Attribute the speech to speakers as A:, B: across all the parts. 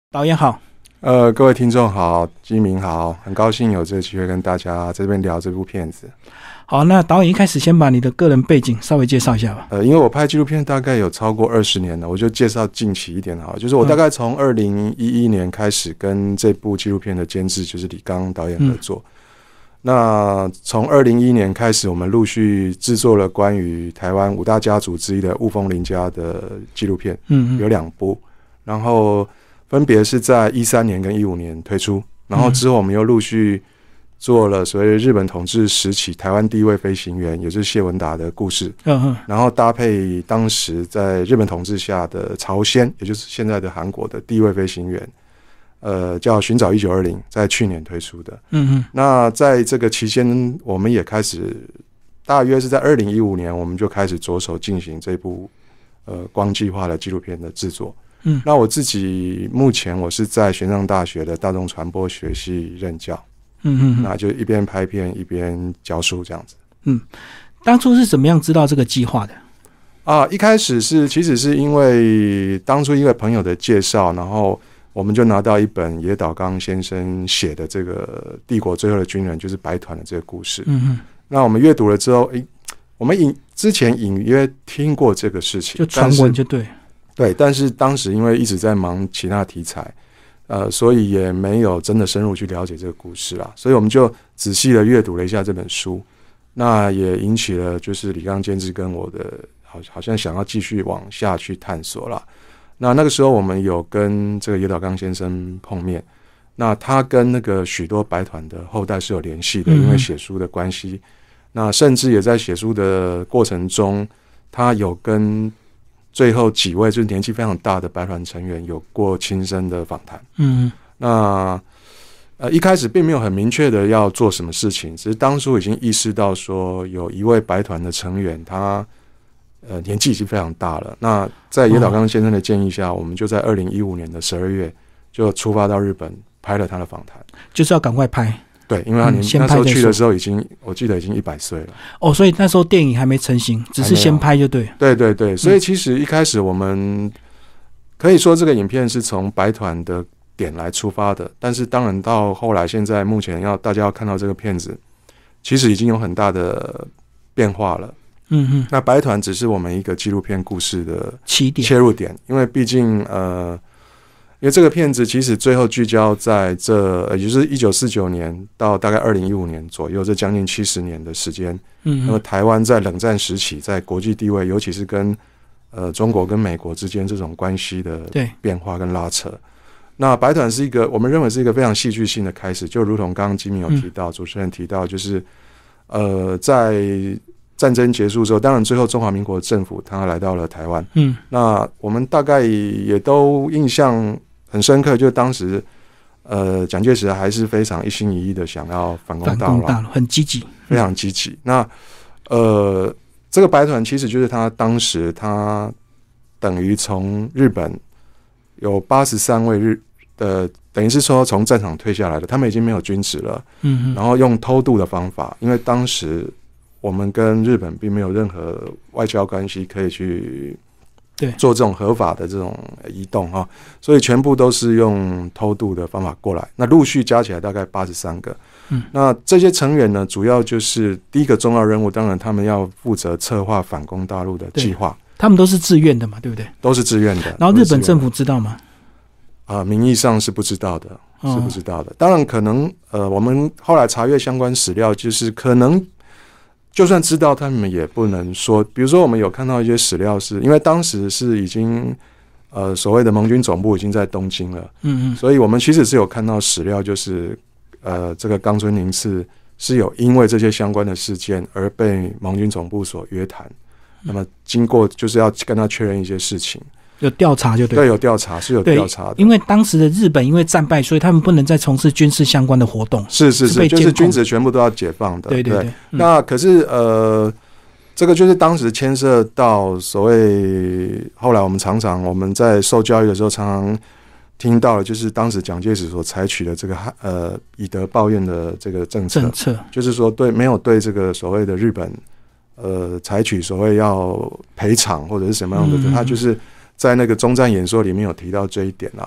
A: 导演好。
B: 各位听众好，基民好，很高兴有这个机会跟大家在这边聊这部片子。
A: 好，那导演一开始先把你的个人背景稍微介绍一下吧。
B: 因为我拍纪录片大概有超过20年了，我就介绍近期一点好了。就是我大概从2011年开始跟这部纪录片的监制就是李刚导演合作。那从2011年开始，我们陆续制作了关于台湾5大家族之一的雾峰林家的纪录片，有2部，然后分别是在13年跟15年推出，然后之后我们又陆续做了所谓日本统治时期台湾第一位飞行员，也就是谢文达的故事，然后搭配当时在日本统治下的朝鲜，也就是现在的韩国的第一位飞行员，叫寻找1920，在去年推出的。那在这个期间，我们也开始，大约是在2015年，我们就开始着手进行这部光计划的纪录片的制作。那我自己目前我是在玄奘大学的大众传播学系任教，那就一边拍片一边教书这样子。
A: 当初是怎么样知道这个计划的？
B: 一开始其实是因为当初一位朋友的介绍，然后我们就拿到一本野岛刚先生写的这个帝国最后的军人，就是白团的这个故事。那我们阅读了之后，我们之前隐约听过这个事情，
A: 就传闻就
B: 对，但是当时因为一直在忙其他题材，所以也没有真的深入去了解这个故事啦。所以我们就仔细的阅读了一下这本书，那也引起了就是李刚监制跟我的好像想要继续往下去探索啦。那个时候我们有跟这个野岛刚先生碰面，那他跟那个许多白团的后代是有联系的，因为写书的关系。那甚至也在写书的过程中，他有跟最后几位就是年纪非常大的白团成员有过亲身的访谈。那一开始并没有很明确的要做什么事情，只是当初已经意识到说有一位白团的成员他年纪已经非常大了。那在野岛刚先生的建议下，我们就在2015年的12月就出发到日本拍了他的访谈，
A: 就是要赶快拍。
B: 对，因为他那时候去的时候我记得已经100岁了。
A: 所以那时候电影还没成型，只是先拍就对。
B: 对，所以其实一开始我们可以说这个影片是从白团的点来出发的，但是当然到后来现在目前大家要看到这个片子，其实已经有很大的变化了。那白团只是我们一个纪录片故事的切入点，因为毕竟因为这个片子其实最后聚焦在也就是1949年到大概2015年左右，这将近70年的时间。那么台湾在冷战时期，在国际地位，尤其是跟中国跟美国之间这种关系的变化跟拉扯。那白团是我们认为是一个非常戏剧性的开始，就如同刚刚基民有提到，主持人提到，就是在战争结束之后，当然最后中华民国政府他来到了台湾。那我们大概也都印象很深刻，就当时蒋介石还是非常一心一意的想要反攻大陆，
A: 很积极，
B: 非常积极。那这个白团其实就是他当时他等于从日本有83位等于是说从战场退下来的，他们已经没有军职了。然后用偷渡的方法，因为当时我们跟日本并没有任何外交关系可以去做这种合法的这种移动，所以全部都是用偷渡的方法过来。那陆续加起来大概83个。那这些成员呢，主要就是第一个重要任务，当然他们要负责策划反攻大陆的计划。
A: 他们都是自愿的嘛，对不对？
B: 都是自愿的。
A: 然后日本政府知道吗？
B: 名义上是不知道的，当然可能我们后来查阅相关史料，就是可能就算知道，他们也不能说。比如说我们有看到一些史料，是因为当时是已经所谓的盟军总部已经在东京了。所以我们其实是有看到史料，就是这个冈村宁次是有因为这些相关的事件而被盟军总部所约谈。那么经过就是要跟他确认一些事情，
A: 有调查就
B: 对，有调查是有调查的。
A: 因为当时的日本因为战败，所以他们不能再从事军事相关的活动。
B: 是，就是军职全部都要解放的。
A: 对。
B: 那可是这个就是当时牵涉到所谓后来我们在受教育的时候常常听到的，就是当时蒋介石所采取的这个以德报怨的这个政策，就是说没有对这个所谓的日本采取所谓要赔偿或者是什么样的，他就是在那个终战演说里面有提到这一点啦。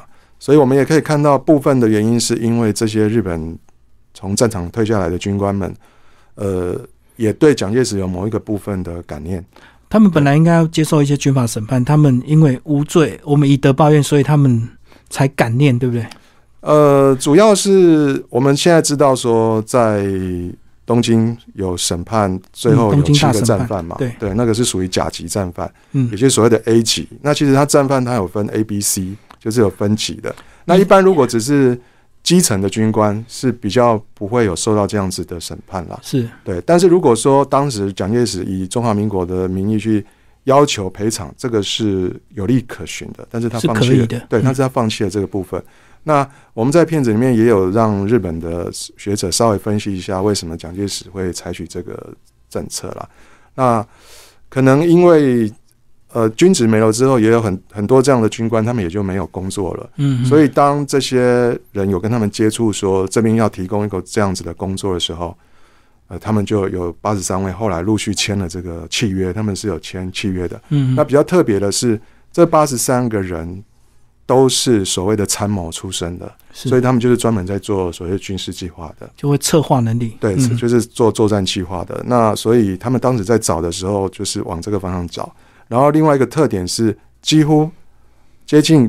B: 所以我们也可以看到部分的原因是因为这些日本从战场退下来的军官们，也对蒋介石有某一个部分的感念。
A: 他们本来应该要接受一些军法审判，他们因为无罪，我们以德报怨，所以他们才感念，对不对？
B: 主要是我们现在知道说，在东京有审判，最后有7个战犯嘛，对，那个是属于甲级战犯，也就是所谓的 A 级。那其实他战犯他有分 A、B、C， 就是有分级的。那一般如果只是基层的军官是比较不会有受到这样子的审判啦，
A: 是
B: 对。但是如果说当时蒋介石以中华民国的名义去要求赔偿，这个是有利可循的，但是他放弃了，对，但是他放弃了这个部分。那我们在片子里面也有让日本的学者稍微分析一下为什么蒋介石会采取这个政策啦。那可能因为军职没了之后，也有很多这样的军官，他们也就没有工作了。所以当这些人有跟他们接触说这边要提供一个这样子的工作的时候，他们就有83位后来陆续签了这个契约，他们是有签契约的。那比较特别的是，这83个人都是所谓的参谋出身的，所以他们就是专门在做所谓军事计划的，
A: 就会策划能力，对，
B: 就是做作战计划的。那所以他们当时在找的时候，就是往这个方向找。然后另外一个特点是，几乎接近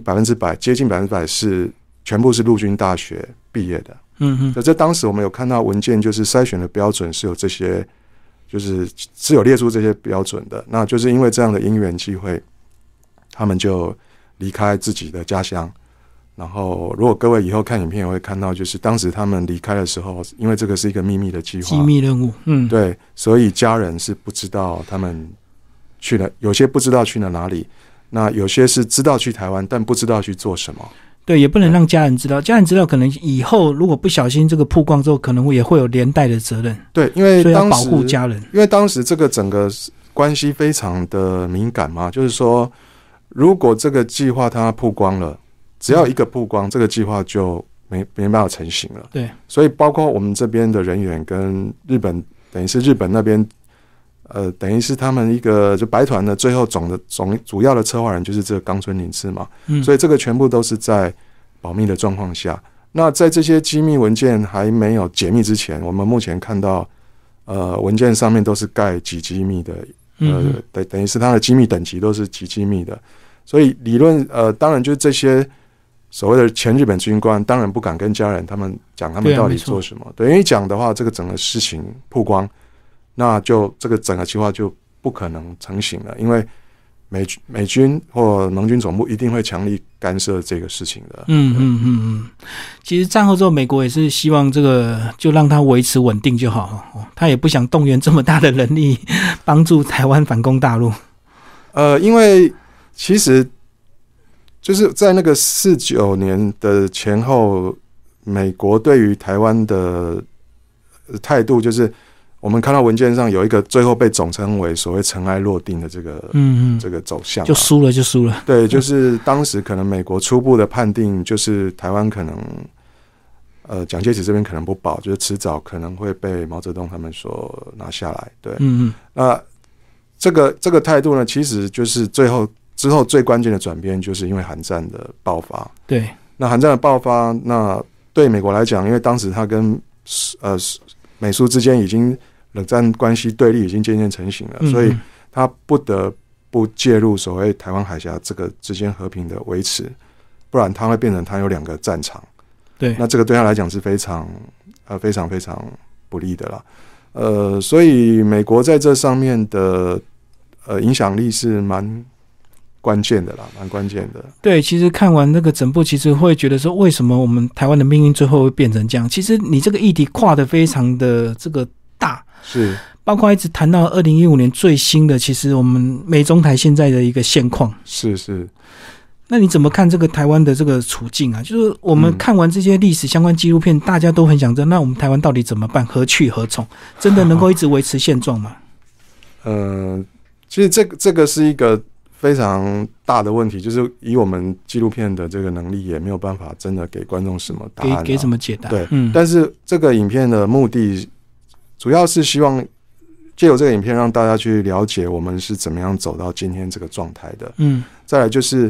B: 100%是全部是陆军大学毕业的。这当时我们有看到文件，就是筛选的标准是有这些，就是是有列出这些标准的。那就是因为这样的因缘机会，他们就离开自己的家乡。然后如果各位以后看影片也会看到，就是当时他们离开的时候，因为这个是一个秘密的计划，机
A: 密任务，
B: 对，所以家人是不知道他们去了，有些不知道去了哪里，那有些是知道去台湾，但不知道去做什么。
A: 对，也不能让家人知道，家人知道可能以后如果不小心这个曝光之后，可能也会有连带的责任。
B: 对，因为
A: 所以要保护家人，
B: 因为当时这个整个关系非常的敏感嘛，就是说，如果这个计划它曝光了，只要一个曝光，这个计划就没办法成型了。
A: 对，
B: 所以包括我们这边的人员跟日本，等于是日本那边。等于是他们一个就白团的最后主要的策划人就是这个冈村宁次嘛，所以这个全部都是在保密的状况下。那在这些机密文件还没有解密之前，我们目前看到文件上面都是盖极机密的，等于是它的机密等级都是极机密的。所以理论当然就是这些所谓的前日本军官当然不敢跟家人他们讲他们到底做什么，对，因为讲的话这个整个事情曝光，那就这个整个计划就不可能成型了，因为美军或盟军总部一定会强力干涉这个事情的。
A: 其实战后之后，美国也是希望这个就让它维持稳定就好，他也不想动员这么大的人力帮助台湾反攻大陆。
B: 因为其实就是在那个49年的前后，美国对于台湾的态度就是。我们看到文件上有一个最后被总称为所谓尘埃落定的这个走向，
A: 就输了。
B: 对，就是当时可能美国初步的判定就是台湾可能蒋介石这边可能不保，就是迟早可能会被毛泽东他们所拿下来。对，那这个态度呢，其实就是之后最关键的转变，就是因为韩战的爆发。
A: 对，
B: 那韩战的爆发，那对美国来讲，因为当时他跟美苏之间已经冷战关系对立已经渐渐成型了，所以他不得不介入所谓台湾海峡这个之间和平的维持，不然他会变成他有2个战场。
A: 对，
B: 那这个对他来讲是非常不利的啦。所以美国在这上面的影响力是蛮关键的啦，蛮关键的。
A: 对，其实看完那个整部，其实会觉得说，为什么我们台湾的命运最后会变成这样？其实你这个议题跨得非常的这个大，
B: 是
A: 包括一直谈到2015年最新的，其实我们美中台现在的一个现况。
B: 是。
A: 那你怎么看这个台湾的这个处境啊？就是我们看完这些历史相关纪录片，大家都很想知道，那我们台湾到底怎么办？何去何从？真的能够一直维持现状吗？
B: 其实这个是一个非常大的问题，就是以我们纪录片的这个能力，也没有办法真的给观众什么答案，
A: 给什么解答。
B: 对，但是这个影片的目的，主要是希望借由这个影片让大家去了解我们是怎么样走到今天这个状态的。再来就是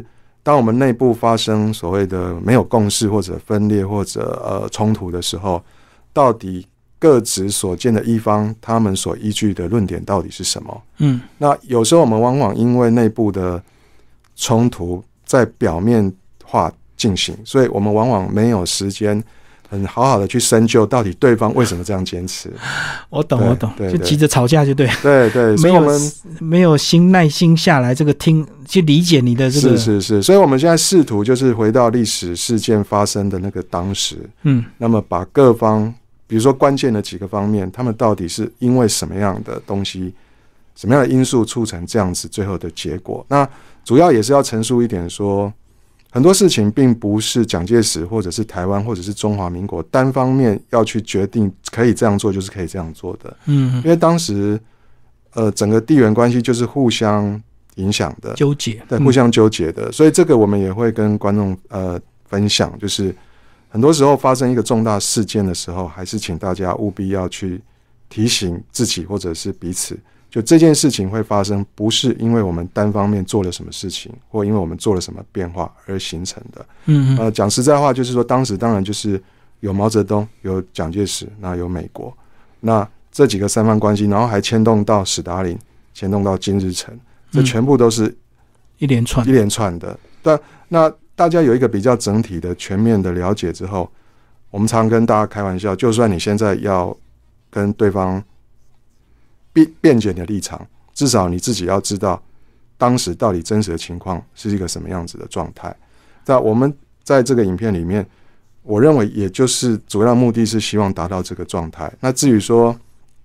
B: 当我们内部发生所谓的没有共识或者分裂或者冲突的时候，到底各执所见的一方他们所依据的论点到底是什么？那有时候我们往往因为内部的冲突在表面化进行，所以我们往往没有时间很好好的去深究到底对方为什么这样坚持。
A: 我懂，就急着吵架就对。
B: 对，所以我们
A: 没有耐心下来这个听去理解你的这个。
B: 是，所以我们现在试图就是回到历史事件发生的那个当时，那么把各方比如说关键的几个方面，他们到底是因为什么样的东西，什么样的因素促成这样子最后的结果。那主要也是要陈述一点说，很多事情并不是蒋介石或者是台湾或者是中华民国单方面要去决定可以这样做就是可以这样做的。因为当时整个地缘关系就是互相影响的，
A: 纠结，
B: 对，互相纠结的。所以这个我们也会跟观众分享，就是很多时候发生一个重大事件的时候，还是请大家务必要去提醒自己或者是彼此，就这件事情会发生不是因为我们单方面做了什么事情或因为我们做了什么变化而形成的。讲实在话，就是说当时当然就是有毛泽东，有蒋介石，那有美国，那这几个三方关系，然后还牵动到史达林，牵动到金日成，这全部都是
A: 一连
B: 串的。对，那大家有一个比较整体的全面的了解之后，我们常跟大家开玩笑，就算你现在要跟对方辩解你的立场，至少你自己要知道当时到底真实的情况是一个什么样子的状态。那我们在这个影片里面，我认为也就是主要目的是希望达到这个状态。那至于说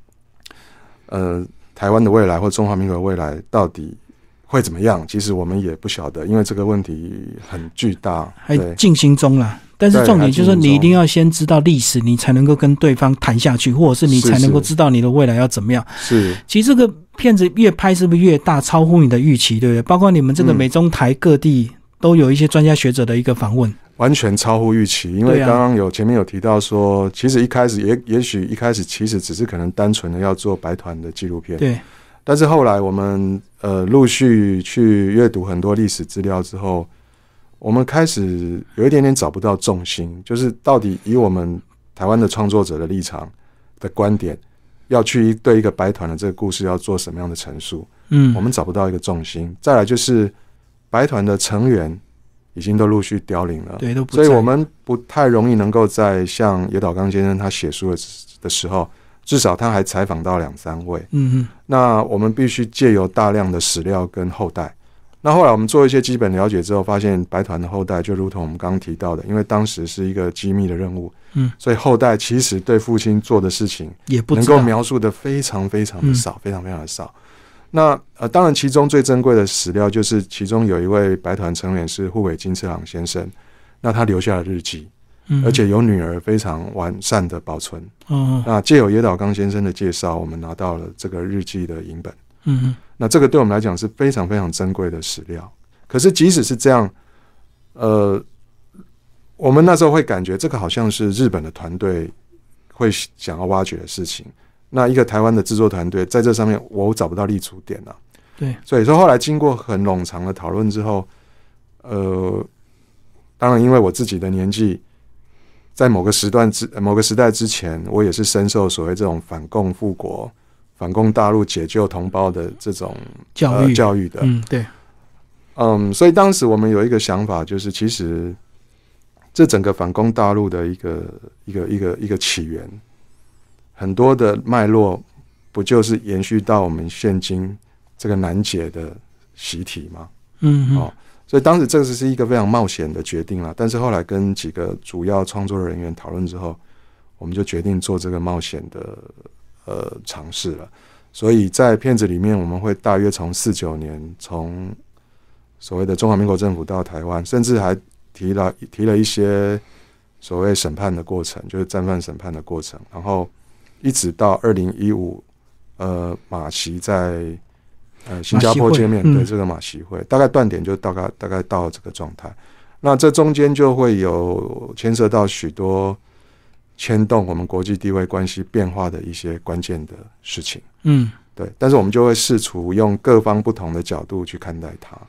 B: 台湾的未来或中华民国的未来到底会怎么样，其实我们也不晓得，因为这个问题很巨大，
A: 还进行中啦。但是重点就是你一定要先知道历史，你才能够跟对方谈下去，或者是你才能够知道你的未来要怎么样。
B: 是，
A: 其实这个片子越拍是不是越大，超乎你的预期，对不对？包括你们这个美中台各地都有一些专家学者的一个访问，
B: 完全超乎预期。因为刚刚前面有提到说，其实一开始也许一开始其实只是可能单纯的要做白团的纪录片，
A: 对。
B: 但是后来我们陆续去阅读很多历史资料之后，我们开始有一点点找不到重心，就是到底以我们台湾的创作者的立场的观点，要去对一个白团的这个故事要做什么样的陈述，我们找不到一个重心。再来就是白团的成员已经都陆续凋零了，
A: 对，都不在，
B: 所以我们不太容易能够在像野岛刚先生他写书的时候，至少他还采访到2-3位。那我们必须借由大量的史料跟后代。那后来我们做一些基本了解之后，发现白团的后代就如同我们刚刚提到的，因为当时是一个机密的任务，所以后代其实对父亲做的事情也不能够描述的非常非常的少，非常非常的少。那当然其中最珍贵的史料就是其中有一位白团成员是户尾金次郎先生，那他留下了日记，而且有女儿非常完善的保存。那借由野岛刚先生的介绍，我们拿到了这个日记的影本。那这个对我们来讲是非常非常珍贵的史料。可是即使是这样，我们那时候会感觉这个好像是日本的团队会想要挖掘的事情。那一个台湾的制作团队在这上面我找不到立足点啊。
A: 对，
B: 所以说后来经过很冗长的讨论之后，当然因为我自己的年纪，在某个时代之前，我也是深受所谓这种反共复国、反攻大陆、解救同胞的这种教育的。
A: 对，
B: 所以当时我们有一个想法，就是其实这整个反攻大陆的一个起源，很多的脉络不就是延续到我们现今这个难解的习题吗？所以当时这是一个非常冒险的决定啦，但是后来跟几个主要创作人员讨论之后，我们就决定做这个冒险的尝试了。所以在片子里面，我们会大约从49年，从所谓的中华民国政府到台湾，甚至还提了一些所谓审判的过程，就是战犯审判的过程，然后一直到2015，马习在新加坡见面对这个马习会，大概断点就大概到这个状态。那这中间就会有牵涉到许多牵动我们国际地位关系变化的一些关键的事情。对，但是我们就会试图用各方不同的角度去看待它。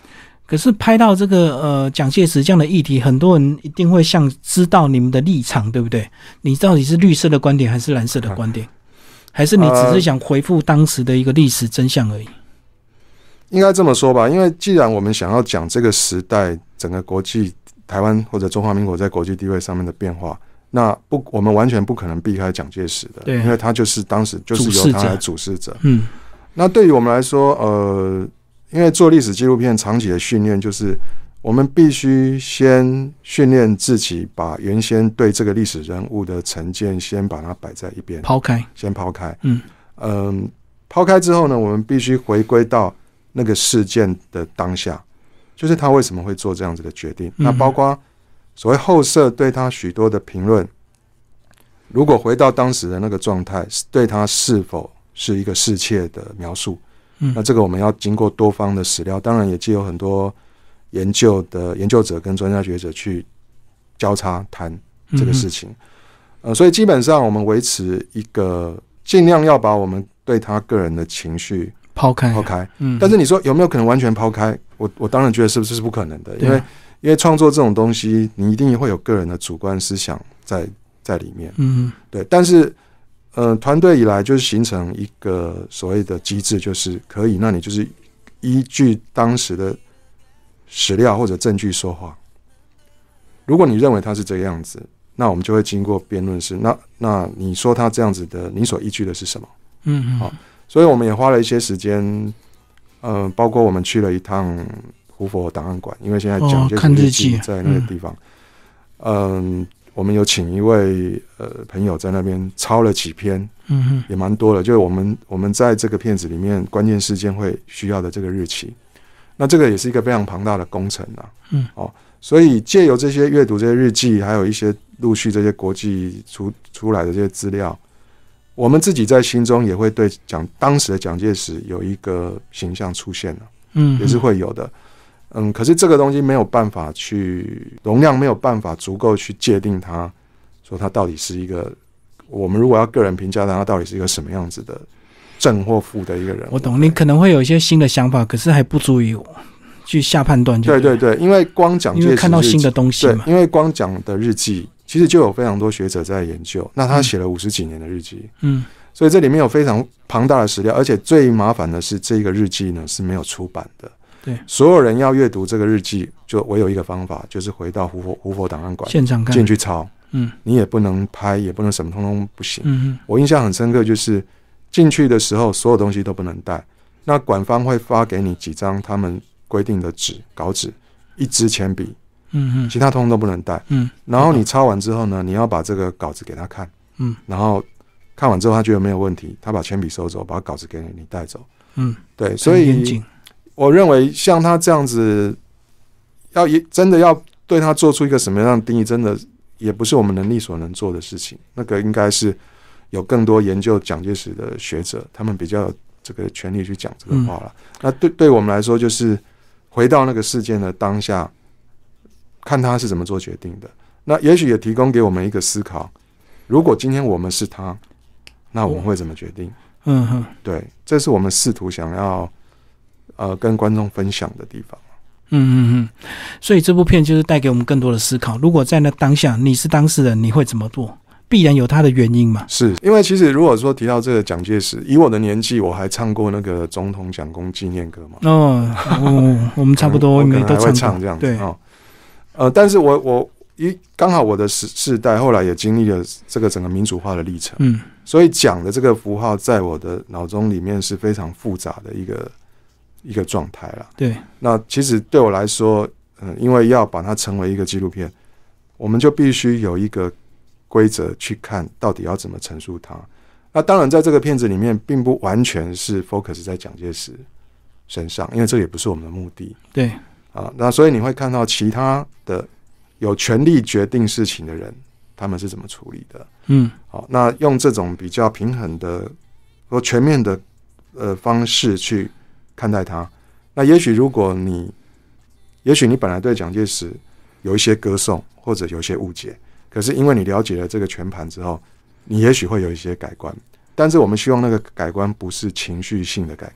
A: 可是拍到这个蒋介石这样的议题，很多人一定会想知道你们的立场，对不对？你到底是绿色的观点还是蓝色的观点？还是你只是想回复当时的一个历史真相而已？
B: 应该这么说吧，因为既然我们想要讲这个时代整个国际台湾或者中华民国在国际地位上面的变化，那我们完全不可能避开蒋介石的，
A: 对，
B: 因为他就是当时就是由他来主事者。那对于我们来说，因为做历史纪录片长期的训练，就是我们必须先训练自己，把原先对这个历史人物的成见先把它摆在一边，先抛开。抛开之后呢，我们必须回归到那个事件的当下，就是他为什么会做这样子的决定。那包括所谓后设对他许多的评论，如果回到当时的那个状态，对他是否是一个适切的描述。那这个我们要经过多方的史料，当然也藉由很多研究者跟专家学者去交叉谈这个事情。所以基本上我们维持一个尽量要把我们对他个人的情绪抛开。但是你说有没有可能完全抛开？我当然觉得是不是不可能的，因为创作这种东西，你一定会有个人的主观思想在里面。对，但是。团队以来就是形成一个所谓的机制，就是可以，那你就是依据当时的史料或者证据说话。如果你认为他是这个样子，那我们就会经过辩论式。那你说他这样子的，你所依据的是什么？好，所以我们也花了一些时间，包括我们去了一趟胡佛档案馆，因为现在蒋介石日记在那个地方，我们有请一位朋友在那边抄了几篇，也蛮多的。就是我们在这个片子里面关键事件会需要的这个日期，那这个也是一个非常庞大的工程啊。所以借由这些阅读这些日记，还有一些陆续这些国际出来的这些资料，我们自己在心中也会对当时的蒋介石有一个形象出现了，也是会有的。可是这个东西没有办法容量没有办法足够去界定他，说他到底是一个，我们如果要个人评价他到底是一个什么样子的正或负的一个人。我
A: 懂，你可能会有一些新的想法，可是还不足以去下判断。
B: 对，因为光蒋介石
A: 因为看到新的东西嘛，
B: 因为光蒋的日记其实就有非常多学者在研究，那他写了50几年的日记，所以这里面有非常庞大的史料，而且最麻烦的是这个日记呢是没有出版的。
A: 对，
B: 所有人要阅读这个日记，就唯有一个方法，就是回到胡佛档案馆
A: 现场看，
B: 进去抄。你也不能拍，也不能什么，通通不行。我印象很深刻，就是进去的时候，所有东西都不能带。那馆方会发给你几张他们规定的稿纸，一支铅笔，其他通通都不能带。然后你抄完之后呢，你要把这个稿子给他看，然后看完之后他觉得没有问题，他把铅笔收走，把稿子给你带走。对，所以。我认为像他这样子，真的要对他做出一个什么样的定义，真的也不是我们能力所能做的事情。那个应该是有更多研究蒋介石的学者，他们比较有这个权利去讲这个话了。那对我们来说，就是回到那个事件的当下，看他是怎么做决定的。那也许也提供给我们一个思考：如果今天我们是他，那我们会怎么决定？对，这是我们试图想要。跟观众分享的地方。
A: 所以这部片就是带给我们更多的思考。如果在那当下你是当事人，你会怎么做？必然有他的原因嘛。
B: 是因为其实如果说提到这个蒋介石，以我的年纪，我还唱过那个总统蒋公纪念歌嘛。
A: 我们差不多
B: 可能还会唱这样子。对，但是我刚好我的世代后来也经历了这个整个民主化的历程，所以蒋的这个符号在我的脑中里面是非常复杂的一个状态啦。
A: 对，
B: 那其实对我来说，因为要把它成为一个纪录片，我们就必须有一个规则去看到底要怎么陈述它。那当然，在这个片子里面，并不完全是 focus 在蒋介石身上，因为这也不是我们的目的。
A: 对
B: 那所以你会看到其他的有权利决定事情的人，他们是怎么处理的。好，那用这种比较平衡的和全面的方式去看待他。那也许你本来对蒋介石有一些歌颂或者有一些误解，可是因为你了解了这个全盘之后，你也许会有一些改观。但是我们希望那个改观不是情绪性的改观。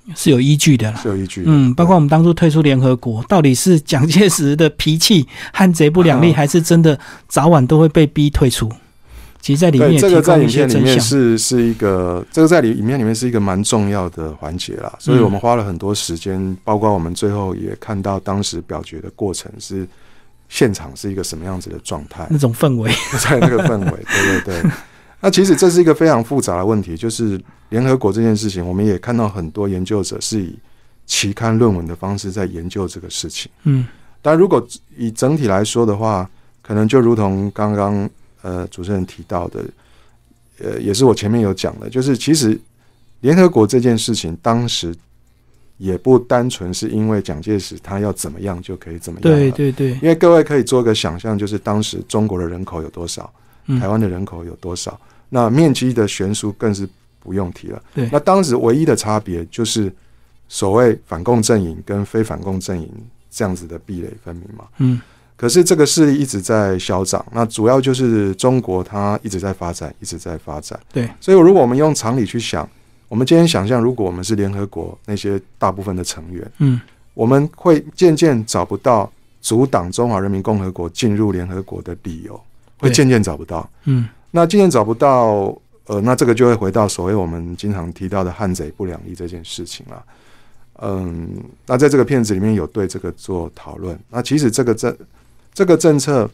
A: 是有依据的啦，
B: 是有依据的。
A: 包括我们当初退出联合国，到底是蒋介石的脾气汉贼不两立，还是真的早晚都会被逼退出？其实在里面也提供一些真相。
B: 是一个，这个在影片里面是一个蛮重要的环节啦，所以我们花了很多时间，包括我们最后也看到当时表决的过程是现场是一个什么样子的状态，
A: 那种氛围，
B: 在那个氛围，对。那其实这是一个非常复杂的问题，就是联合国这件事情，我们也看到很多研究者是以期刊论文的方式在研究这个事情。但如果以整体来说的话，可能就如同刚刚主持人提到的，也是我前面有讲的，就是其实联合国这件事情当时也不单纯是因为蒋介石他要怎么样就可以怎么样了。对，因为各位可以做个想象，就是当时中国的人口有多少，台湾的人口有多少，那面积的悬殊更是不用提了。
A: 对，
B: 那当时唯一的差别就是所谓反共阵营跟非反共阵营这样子的壁垒分明嘛。可是这个势力一直在消长，那主要就是中国它一直在发展，一直在发展。
A: 对，
B: 所以如果我们用常理去想，我们今天想象，如果我们是联合国那些大部分的成员，我们会渐渐找不到阻挡中华人民共和国进入联合国的理由，会渐渐找不到。那渐渐找不到，那这个就会回到所谓我们经常提到的汉贼不两立这件事情了。那在这个片子里面有对这个做讨论。那其实这个政策，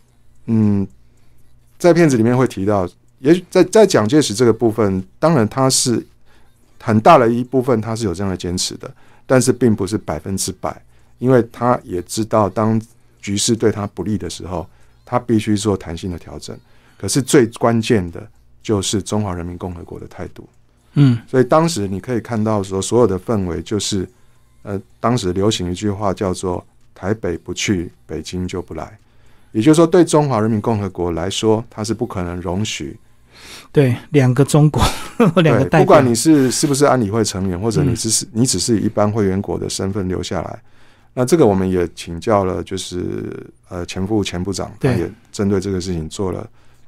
B: 在片子里面会提到，也许在蒋介石这个部分，当然他是很大的一部分，他是有这样的坚持的，但是并不是100%，因为他也知道，当局势对他不利的时候，他必须做弹性的调整。可是最关键的就是中华人民共和国的态度。所以当时你可以看到说，所有的氛围就是，当时流行一句话叫做“台北不去，北京就不来”，也就是说，对中华人民共和国来说，它是不可能容许
A: 对两个中国两个代表，
B: 不管你是不是安理会成员，或者你只是以一般会员国的身份留下来。那这个我们也请教了，就是前部长，他也针对这个事情做了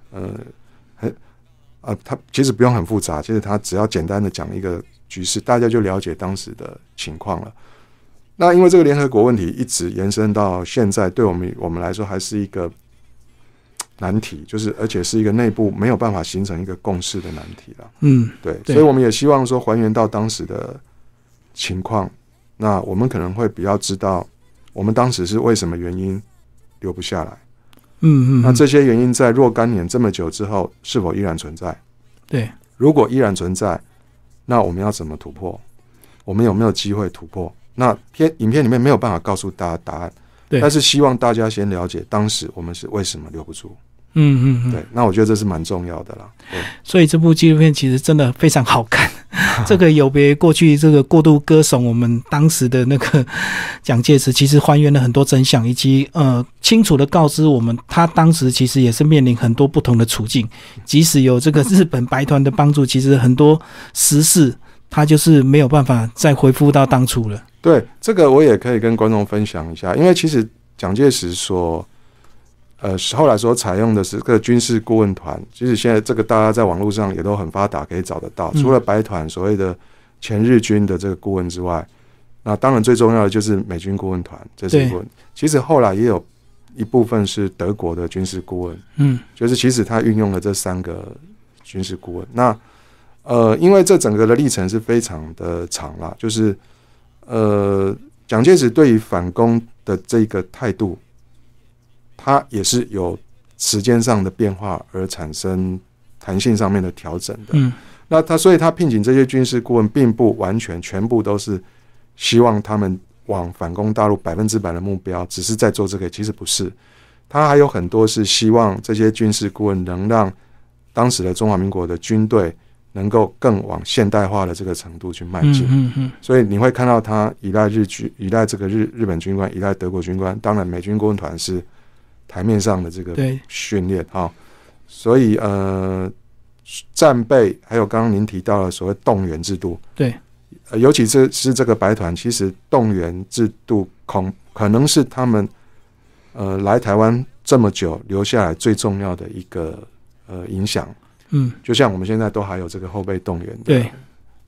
B: 他其实不用很复杂，其实他只要简单的讲一个局势，大家就了解当时的情况了。那因为这个联合国问题一直延伸到现在，对我们来说还是一个难题，就是而且是一个内部没有办法形成一个共识的难题了。对，所以我们也希望说还原到当时的情况，那我们可能会比较知道我们当时是为什么原因留不下来。那这些原因在若干年这么久之后是否依然存在？
A: 对，
B: 如果依然存在，那我们要怎么突破？我们有没有机会突破？那影片里面没有办法告诉大家答案，但是希望大家先了解当时我们是为什么留不住。对，那我觉得这是蛮重要的啦。对，
A: 所以这部纪录片其实真的非常好看。这个有别过去这个过度歌颂我们当时的那个蒋介石，其实还原了很多真相，以及清楚的告知我们，他当时其实也是面临很多不同的处境，即使有这个日本白团的帮助，其实很多时事他就是没有办法再恢复到当初了。
B: 对，这个我也可以跟观众分享一下，因为其实蒋介石后来所采用的是个军事顾问团，其实现在这个大家在网络上也都很发达，可以找得到。除了白团所谓的前日军的这个顾问之外，那当然最重要的就是美军顾问团，这是顾问。其实后来也有一部分是德国的军事顾问，就是其实他运用了这3个军事顾问。那因为这整个的历程是非常的长啦，就是蒋介石对于反攻的这个态度，它也是有时间上的变化而产生弹性上面的调整的。那所以他聘请这些军事顾问，并不完全全部都是希望他们往反攻大陆100%的目标，只是在做这个，其实不是。他还有很多是希望这些军事顾问能让当时的中华民国的军队能够更往现代化的这个程度去迈进。所以你会看到他依赖依赖这个日本军官，依赖德国军官，当然美军顾问团是台面上的这个训练。所以战备还有刚刚您提到的所谓动员制度，
A: 对，
B: 尤其是这个白团，其实动员制度可能是他们来台湾这么久留下来最重要的一个影响。就像我们现在都还有这个后备动员的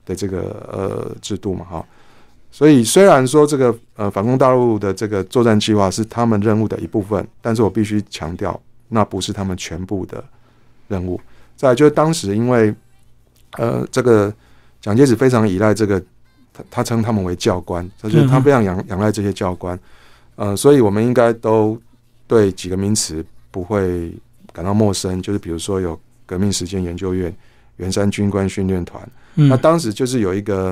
B: 的这个制度嘛，哈。所以虽然说这个反攻大陆的这个作战计划是他们任务的一部分，但是我必须强调，那不是他们全部的任务。再来就是当时因为这个蒋介石非常依赖这个，他称他们为教官，就是他非常仰赖这些教官，所以我们应该都对几个名词不会感到陌生，就是比如说有革命实践研究院、圆山军官训练团，那当时就是有一个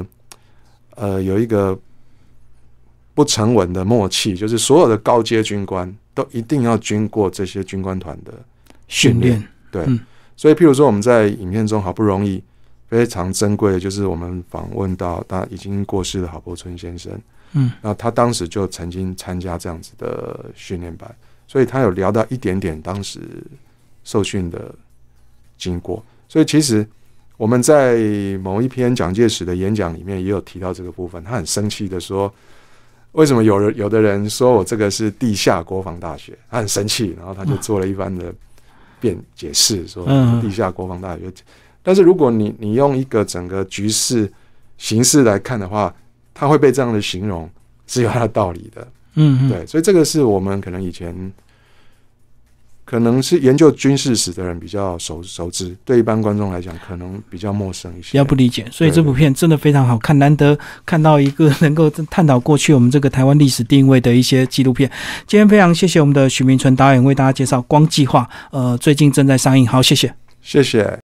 B: 不成文的默契，就是所有的高阶军官都一定要经过这些军官团的训练。对，所以譬如说我们在影片中好不容易非常珍贵的，就是我们访问到他已经过世的郝柏村先生，那他当时就曾经参加这样子的训练班，所以他有聊到一点点当时受训的经过。所以其实我们在某一篇蒋介石的演讲里面也有提到这个部分，他很生气的说，为什么有的人说我这个是地下国防大学，他很生气，然后他就做了一番的解释，说地下国防大学。但是如果你用一个整个局势形势来看的话，他会被这样的形容是有他的道理的。对，所以这个是我们可能以前可能是研究军事史的人比较熟知，对一般观众来讲可能比较陌生一些，
A: 比较不理解。所以这部片真的非常好看，难得看到一个能够探讨过去我们这个台湾历史定位的一些纪录片。今天非常谢谢我们的许明纯导演为大家介绍《光计划》，最近正在上映。好，谢谢。
B: 谢谢。